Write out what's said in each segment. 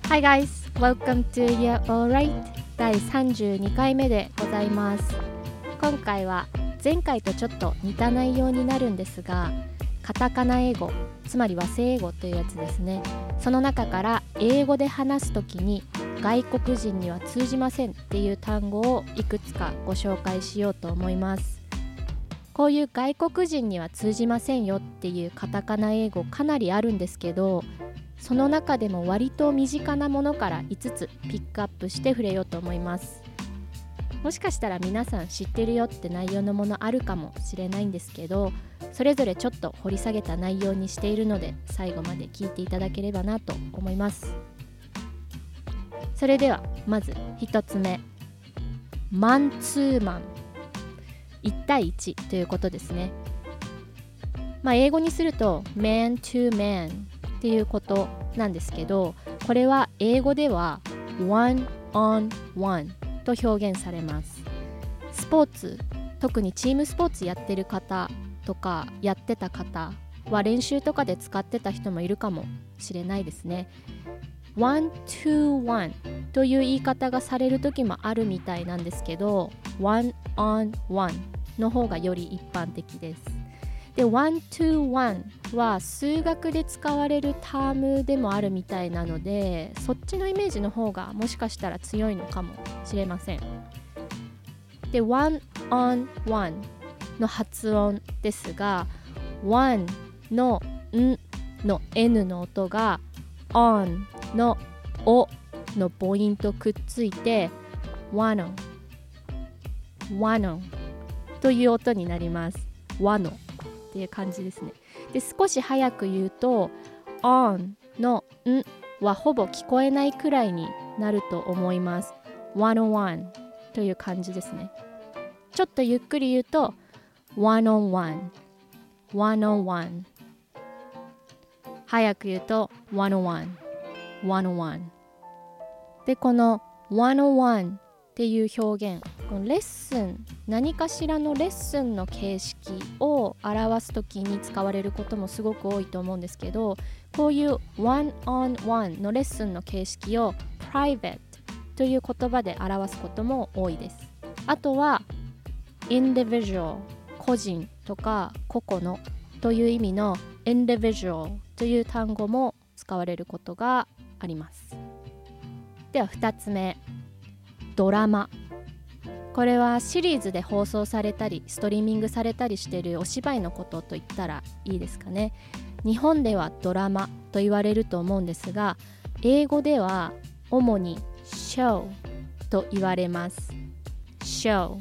Hi guys, welcome to You're Alright 第32回目でございます。今回は前回とちょっと似た内容になるんですが、カタカナ英語、つまり和製英語というやつですね。その中から英語で話すときに外国人には通じませんっていう単語をいくつかご紹介しようと思います。こういう外国人には通じませんよっていうカタカナ英語かなりあるんですけど、その中でも割と身近なものから5つピックアップして触れようと思います。もしかしたら皆さん知ってるよって内容のものあるかもしれないんですけど、それぞれちょっと掘り下げた内容にしているので、最後まで聞いていただければなと思います。それではまず1つ目、マンツーマン、1対1ということですね。英語にすると man to man っていうことなんですけど、これは英語では one on one と表現されます。スポーツ、特にチームスポーツやってる方とかやってた方は練習とかで使ってた人もいるかもしれないですね。one to one という言い方がされる時もあるみたいなんですけど、one on one の方がより一般的です。で、one to one は数学で使われるタームでもあるみたいなので、そっちのイメージの方がもしかしたら強いのかもしれません。で、one on one の発音ですが、one のんの n の音が on のおの母音とくっついて one on という音になります。oneっていう感じですね。で、少し早く言うと on のんはほぼ聞こえないくらいになると思います。101という感じですね。ちょっとゆっくり言うと 101 101、早く言うと101 101で、この101っていう表現、このレッスン、何かしらのレッスンの形式を表すときに使われることもすごく多いと思うんですけど、こういうone on oneのレッスンの形式を private という言葉で表すことも多いです。あとは individual、 個人とか個々のという意味の individual という単語も使われることがあります。では2つ目、ドラマ。これはシリーズで放送されたりストリーミングされたりしているお芝居のことと言ったらいいですかね。日本ではドラマと言われると思うんですが、英語では主に show と言われます。 show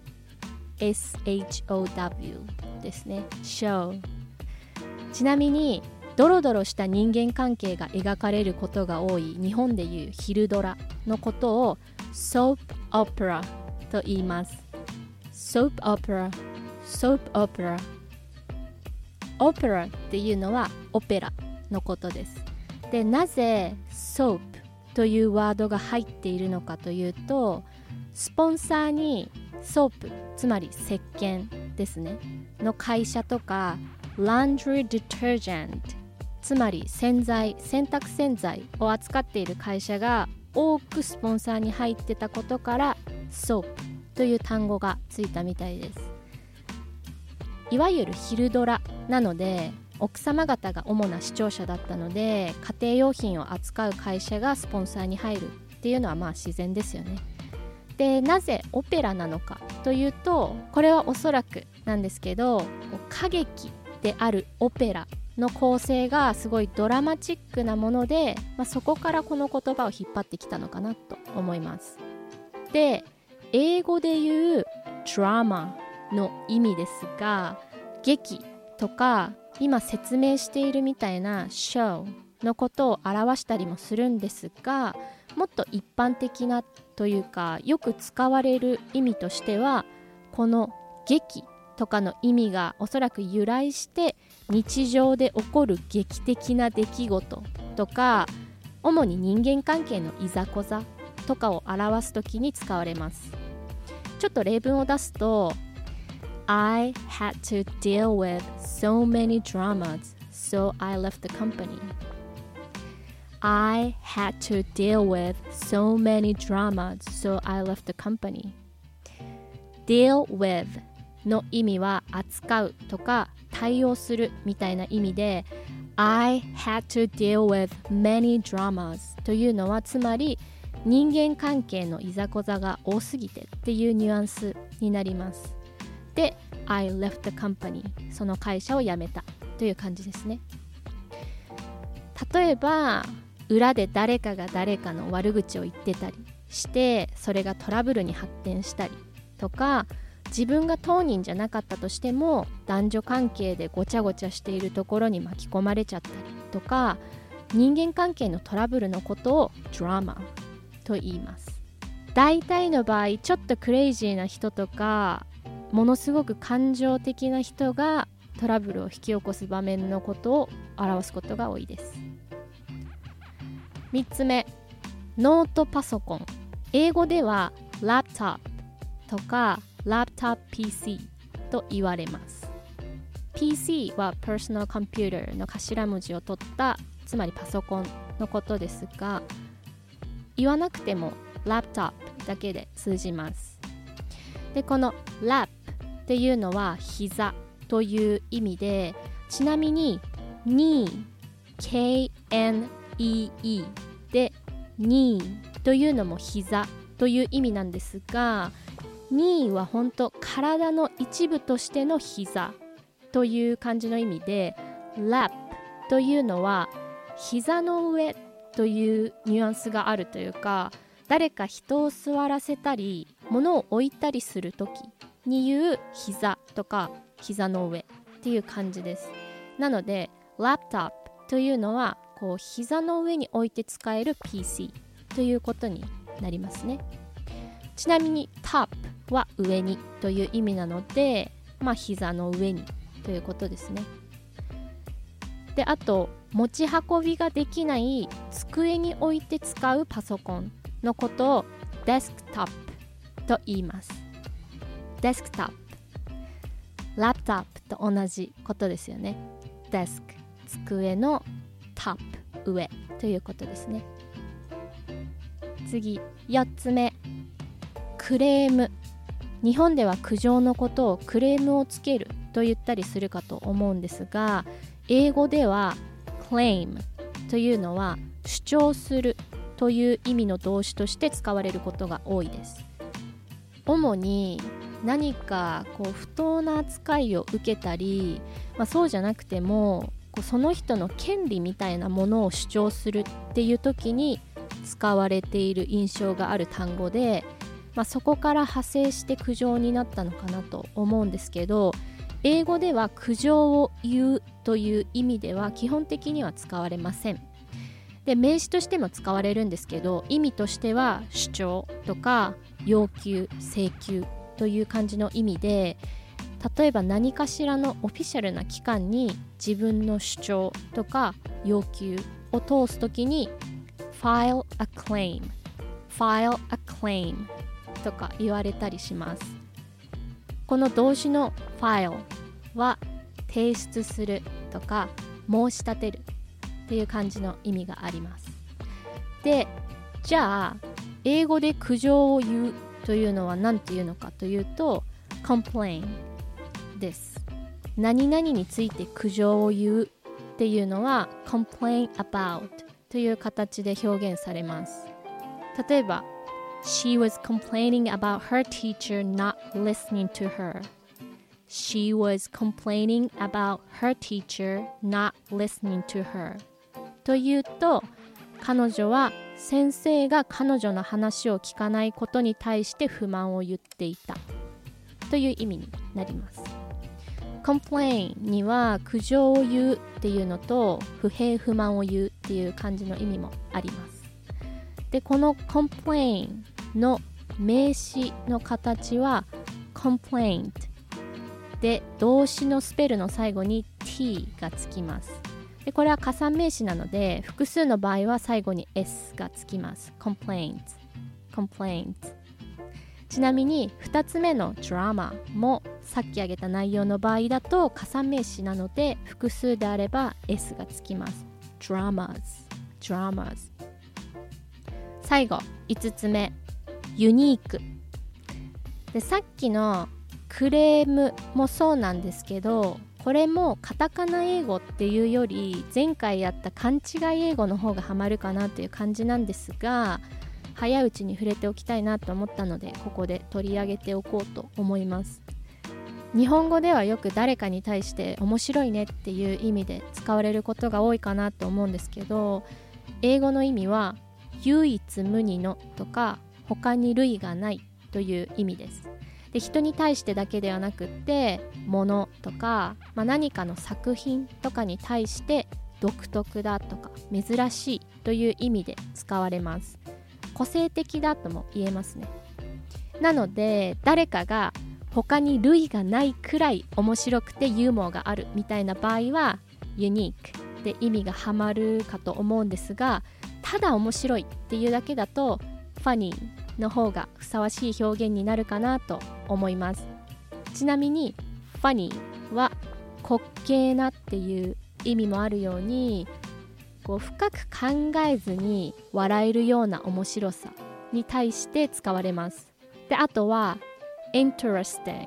SHOW ですね。 show。 ちなみにドロドロした人間関係が描かれることが多い日本でいう昼ドラのことをソープオペラと言います。ソープオペラ、ソープオペラ。オペラっていうのはオペラのことです。で、なぜソープというワードが入っているのかというと、スポンサーにソープ、つまり石鹸ですねの会社とか、laundry detergent、つまり洗剤、洗濯洗剤を扱っている会社が多くスポンサーに入ってたことから、ソープという単語がついたみたいです。いわゆる昼ドラなので、奥様方が主な視聴者だったので、家庭用品を扱う会社がスポンサーに入るっていうのは自然ですよね。で、なぜオペラなのかというと、これはおそらくなんですけど、歌劇であるオペラの構成がすごいドラマチックなもので、そこからこの言葉を引っ張ってきたのかなと思います。で、英語で言うドラマの意味ですが、劇とか今説明しているみたいなショーのことを表したりもするんですが、もっと一般的なというかよく使われる意味としては、この劇とかの意味がおそらく由来して日常で起こる劇的な出来事とか、主に人間関係のいざこざとかを表すときに使われます。ちょっと例文を出すと、I had to deal with so many dramas, so I left the company. I had to deal with so many dramas, so I left the company. Deal with の意味は扱うとか対応するみたいな意味で、I had to deal with many dramas というのはつまり人間関係のいざこざが多すぎてっていうニュアンスになります。で、I left the company その会社を辞めたという感じですね。例えば裏で誰かが誰かの悪口を言ってたりしてそれがトラブルに発展したりとか、自分が当人じゃなかったとしても男女関係でごちゃごちゃしているところに巻き込まれちゃったりとか、人間関係のトラブルのことをドラマと言います。大体の場合ちょっとクレイジーな人とかものすごく感情的な人がトラブルを引き起こす場面のことを表すことが多いです。3つ目、ノートパソコン。英語では laptop とか laptop PC と言われます。 PC は personal computer の頭文字を取ったつまりパソコンのことですが、言わなくても laptop だけで通じます。で、この lap っていうのは膝という意味で、ちなみに knee K-N-E-E で knee というのも膝という意味なんですが、knee は本当体の一部としての膝という感じの意味で、 lap というのは膝の上というニュアンスがあるというか、誰か人を座らせたり物を置いたりするときに言う膝とか膝の上っていう感じです。なので laptop というのはこう膝の上に置いて使える PC ということになりますね。ちなみに top は上にという意味なので、膝の上にということですね。で、あと持ち運びができない机に置いて使うパソコンのことをデスクトップと言います。デスクトップ、ラップトップと同じことですよね。デスク、机のトップ、上ということですね。次、4つ目、クレーム。日本では苦情のことをクレームをつけると言ったりするかと思うんですが、英語では claim というのは主張するという意味の動詞として使われることが多いです。主に何か不当な扱いを受けたり、そうじゃなくてもその人の権利みたいなものを主張するっていう時に使われている印象がある単語で、そこから派生して苦情になったのかなと思うんですけど、英語では苦情を言うという意味では基本的には使われません。で、名詞としても使われるんですけど、意味としては主張とか要求、請求という感じの意味で、例えば何かしらのオフィシャルな機関に自分の主張とか要求を通すときに file a claim とか言われたりします。この動詞の file は提出するとか申し立てるっていう感じの意味があります。で、じゃあ英語で苦情を言うというのは何て言うのかというと complain です。何々について苦情を言うっていうのは complain about という形で表現されます。例えばShe was complaining about her teacher not listening to her. She was complaining about her teacher not listening to her. というと、彼女は先生が彼女の話を聞かないことに対して不満を言っていたという意味になります。complain には苦情を言うっていうのと不平不満を言うっていう感じの意味もあります。で、この complain の名詞の形は complaint で、動詞のスペルの最後に t がつきます。で、これは加算名詞なので複数の場合は最後に s がつきます。complaint。ちなみに2つ目の drama もさっき挙げた内容の場合だと加算名詞なので複数であれば s がつきます。dramas dramas。 最後5つ目、ユニークで、さっきのクレームもそうなんですけど、これもカタカナ英語っていうより前回やった勘違い英語の方がハマるかなという感じなんですが、早いうちに触れておきたいなと思ったのでここで取り上げておこうと思います。日本語ではよく誰かに対して面白いねっていう意味で使われることが多いかなと思うんですけど、英語の意味は唯一無二のとか他に類がないという意味です。で、人に対してだけではなくって物とか、何かの作品とかに対して独特だとか珍しいという意味で使われます。個性的だとも言えますね。なので誰かが他に類がないくらい面白くてユーモアがあるみたいな場合はユニークで意味がはまるかと思うんですが、ただ面白いっていうだけだとファニーの方がふさわしい表現になるかなと思います。ちなみにファニーは滑稽なっていう意味もあるように、深く考えずに笑えるような面白さに対して使われます。で、あとはinteresting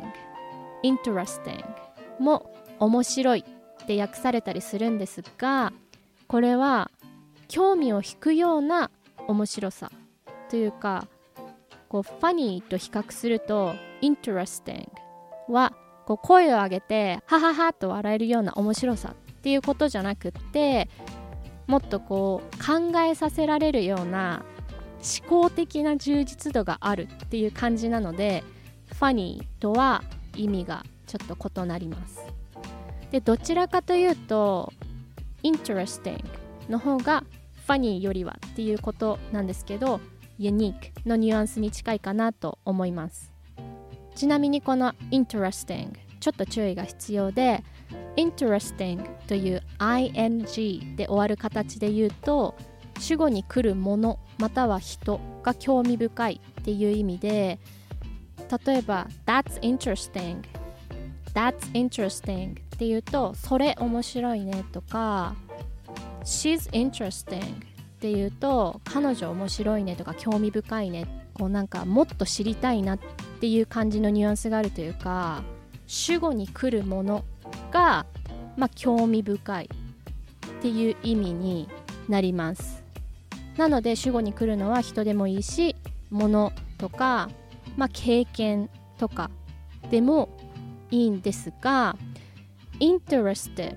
も面白いって訳されたりするんですが、これは興味を引くような面白さというか、ファニーと比較すると interesting は声を上げてハハハと笑えるような面白さっていうことじゃなくって、もっと考えさせられるような思考的な充実度があるっていう感じなので、ファニーとは意味がちょっと異なります。で、どちらかというと interesting の方がファニーよりはっていうことなんですけど、ユニークのニュアンスに近いかなと思います。ちなみにこの interesting ちょっと注意が必要で、 interesting という ing で終わる形で言うと、主語に来るものまたは人が興味深いっていう意味で、例えば That's interesting っていうと、それ面白いねとか、 She's interestingっていうと、彼女面白いねとか興味深いね、なんかもっと知りたいなっていう感じのニュアンスがあるというか、主語に来るものが興味深いっていう意味になります。なので主語に来るのは人でもいいし、物とか、経験とかでもいいんですが、 interested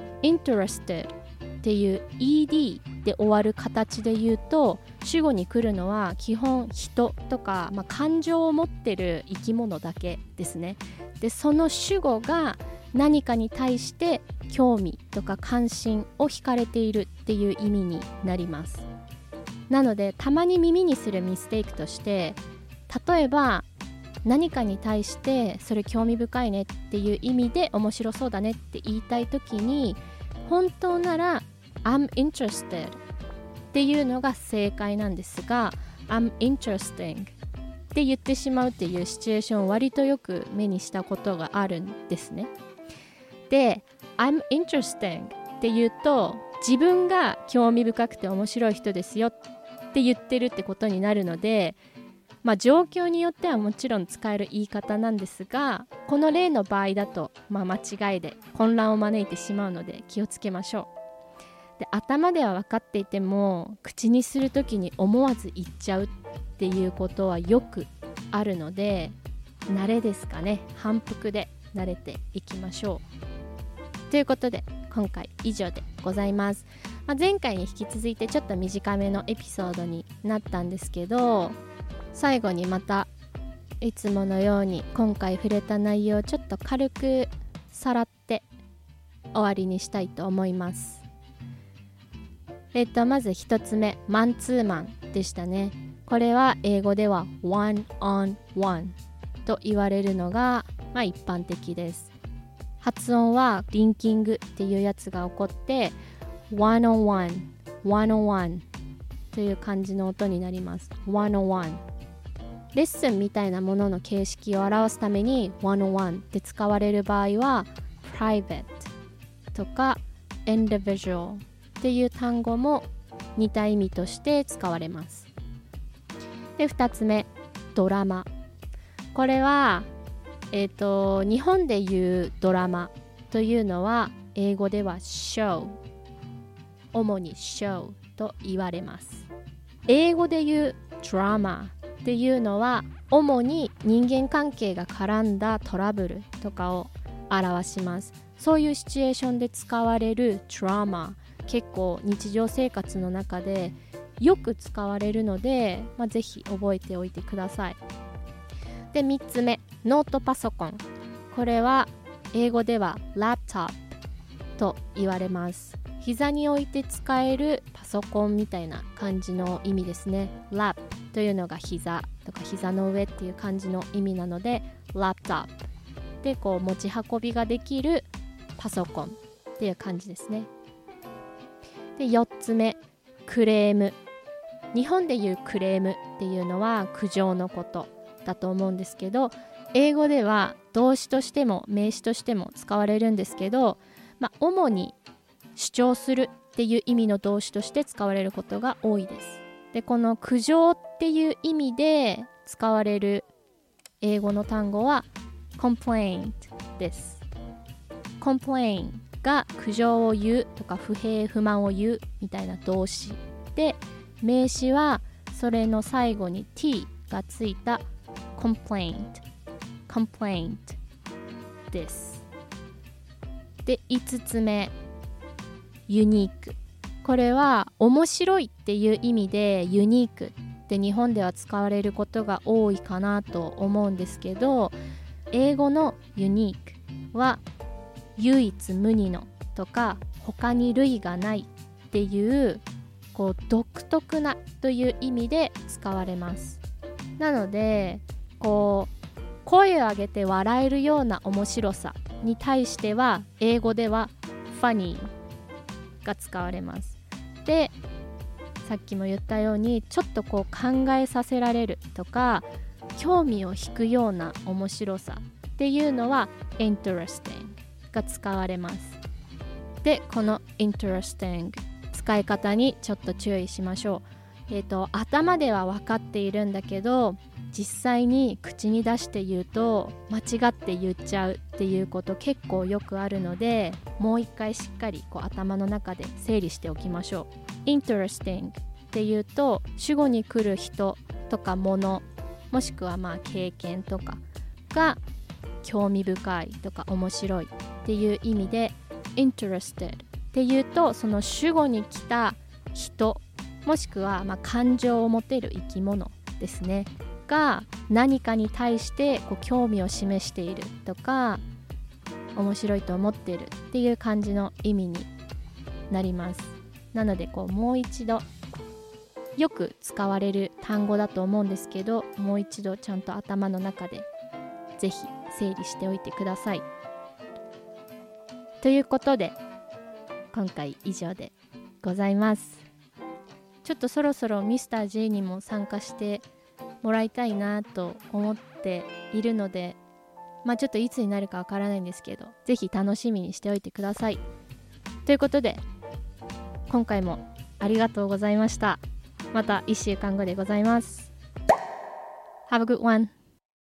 っていう ed で終わる形で言うと、主語に来るのは基本人とか、感情を持ってる生き物だけですね。で、その主語が何かに対して興味とか関心を惹かれているっていう意味になります。なのでたまに耳にするミステイクとして、例えば何かに対してそれ興味深いねっていう意味で面白そうだねって言いたいときに、本当なら I'm interested っていうのが正解なんですが、 I'm interesting って言ってしまうっていうシチュエーションを割とよく目にしたことがあるんですね。で、I'm interesting って言うと、自分が興味深くて面白い人ですよって言ってるってことになるので、状況によってはもちろん使える言い方なんですが、この例の場合だと、間違いで混乱を招いてしまうので気をつけましょう。で、頭では分かっていても口にするときに思わず言っちゃうっていうことはよくあるので、慣れですかね、反復で慣れていきましょう。ということで今回以上でございます。前回に引き続いてちょっと短めのエピソードになったんですけど、最後にまたいつものように今回触れた内容をちょっと軽くさらって終わりにしたいと思います。まず一つ目、マンツーマンでしたね。これは英語では one on one と言われるのが一般的です。発音はリンキングっていうやつが起こってone on one という感じの音になります。one on one、レッスンみたいなものの形式を表すためにone on oneって使われる場合は private とか individual っていう単語も似た意味として使われます。で、2つ目、ドラマ。これは、日本でいうドラマというのは英語では show、 主に show と言われます。英語でいう drama っていうのは主に人間関係が絡んだトラブルとかを表します。そういうシチュエーションで使われる drama、 結構日常生活の中でよく使われるので、ぜひ覚えておいてください。で、3つ目、ノートパソコン。これは英語では laptop と言われます。膝に置いて使えるパソコンみたいな感じの意味ですね。lap というのが膝とか膝の上っていう感じの意味なので laptop で、こう持ち運びができるパソコンっていう感じですね。で、4つ目、クレーム。日本でいうクレームっていうのは苦情のことだと思うんですけど、英語では動詞としても名詞としても使われるんですけど、主に主張するっていう意味の動詞として使われることが多いです。で、この苦情っていう意味で使われる英語の単語は complaint です。complain が苦情を言うとか不平不満を言うみたいな動詞で、名詞はそれの最後に t がついた complaint です。で、5つ目、ユニーク。これは面白いっていう意味でユニークって日本では使われることが多いかなと思うんですけど、英語のユニークは唯一無二のとか他に類がないっていうこう独特なという意味で使われます。なので、こう声を上げて笑えるような面白さに対しては英語では funny が使われます。で、さっきも言ったようにちょっとこう考えさせられるとか興味を引くような面白さっていうのは interesting が使われます。で、この interesting 使い方にちょっと注意しましょう。頭では分かっているんだけど実際に口に出して言うと間違って言っちゃうっていうこと結構よくあるので、もう一回しっかりこう頭の中で整理しておきましょう。 interesting っていうと主語に来る人とか物、もしくは経験とかが興味深いとか面白いっていう意味で interested っていうとその主語に来た人もしくは感情を持てる生き物ですねが何かに対してこう興味を示しているとか面白いと思っているっていう感じの意味になります。なのでもう一度よく使われる単語だと思うんですけど、もう一度ちゃんと頭の中でぜひ整理しておいてください。ということで今回以上でございます。ちょっとそろそろミスター J にも参加してもらいたいなと思っているので、ちょっといつになるかわからないんですけど、ぜひ楽しみにしておいてください。ということで今回もありがとうございました。また1週間後でございます。Have a good one.